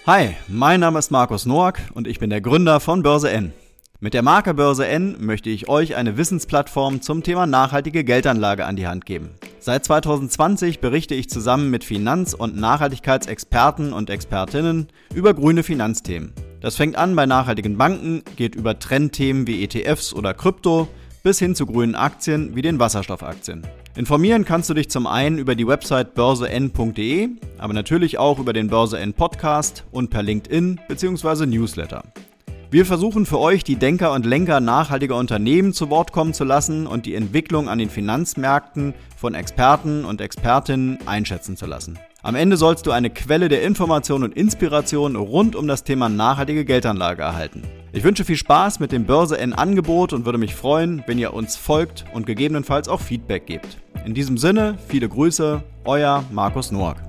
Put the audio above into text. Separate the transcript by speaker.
Speaker 1: Hi, mein Name ist Markus Noack und ich bin der Gründer von Börse N. Mit der Marke Börse N möchte ich euch eine Wissensplattform zum Thema nachhaltige Geldanlage an die Hand geben. Seit 2020 berichte ich zusammen mit Finanz- und Nachhaltigkeitsexperten und Expertinnen über grüne Finanzthemen. Das fängt an bei nachhaltigen Banken, geht über Trendthemen wie ETFs oder Krypto bis hin zu grünen Aktien wie den Wasserstoffaktien. Informieren kannst du dich zum einen über die Website börsen.de, aber natürlich auch über den Börse N Podcast und per LinkedIn bzw. Newsletter. Wir versuchen für euch, die Denker und Lenker nachhaltiger Unternehmen zu Wort kommen zu lassen und die Entwicklung an den Finanzmärkten von Experten und Expertinnen einschätzen zu lassen. Am Ende sollst du eine Quelle der Information und Inspiration rund um das Thema nachhaltige Geldanlage erhalten. Ich wünsche viel Spaß mit dem Börse N Angebot und würde mich freuen, wenn ihr uns folgt und gegebenenfalls auch Feedback gebt. In diesem Sinne, viele Grüße, euer Markus Noack.